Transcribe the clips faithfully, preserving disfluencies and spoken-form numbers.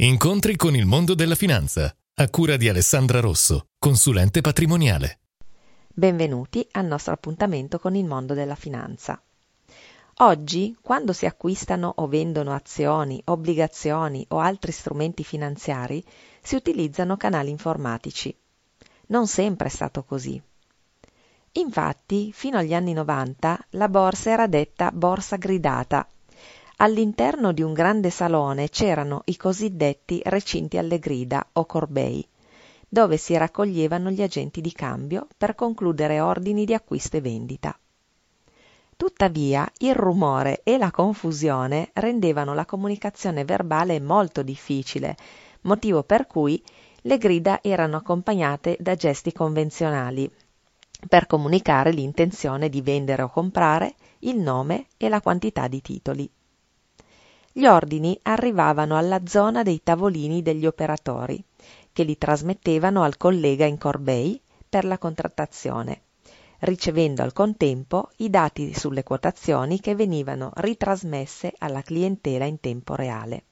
Incontri con il mondo della finanza, a cura di Alessandra Rosso, consulente patrimoniale. Benvenuti al nostro appuntamento con il mondo della finanza. Oggi, quando si acquistano o vendono azioni, obbligazioni o altri strumenti finanziari, si utilizzano canali informatici. Non sempre è stato così. Infatti, fino agli anni novanta, la borsa era detta borsa gridata. All'interno di un grande salone c'erano i cosiddetti recinti alle grida o corbei, dove si raccoglievano gli agenti di cambio per concludere ordini di acquisto e vendita. Tuttavia, il rumore e la confusione rendevano la comunicazione verbale molto difficile, motivo per cui le grida erano accompagnate da gesti convenzionali, per comunicare l'intenzione di vendere o comprare, il nome e la quantità di titoli. Gli ordini arrivavano alla zona dei tavolini degli operatori, che li trasmettevano al collega in corbei per la contrattazione, ricevendo al contempo i dati sulle quotazioni che venivano ritrasmesse alla clientela in tempo reale.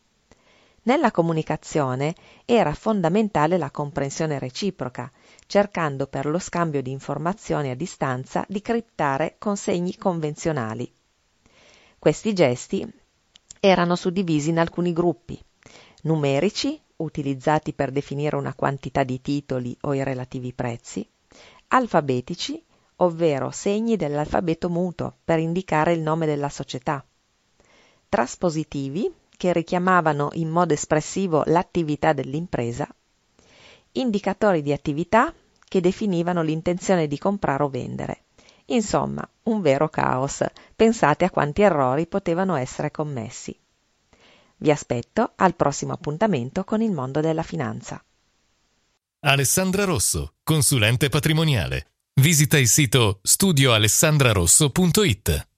Nella comunicazione era fondamentale la comprensione reciproca, cercando per lo scambio di informazioni a distanza di criptare con segni convenzionali. Questi gesti erano suddivisi in alcuni gruppi: numerici, utilizzati per definire una quantità di titoli o i relativi prezzi; alfabetici, ovvero segni dell'alfabeto muto per indicare il nome della società; traspositivi, che richiamavano in modo espressivo l'attività dell'impresa; indicatori di attività, che definivano l'intenzione di comprare o vendere. Insomma, un vero caos. Pensate a quanti errori potevano essere commessi. Vi aspetto al prossimo appuntamento con il mondo della finanza. Alessandra Rosso, consulente patrimoniale. Visita il sito studio alessandra rosso punto it.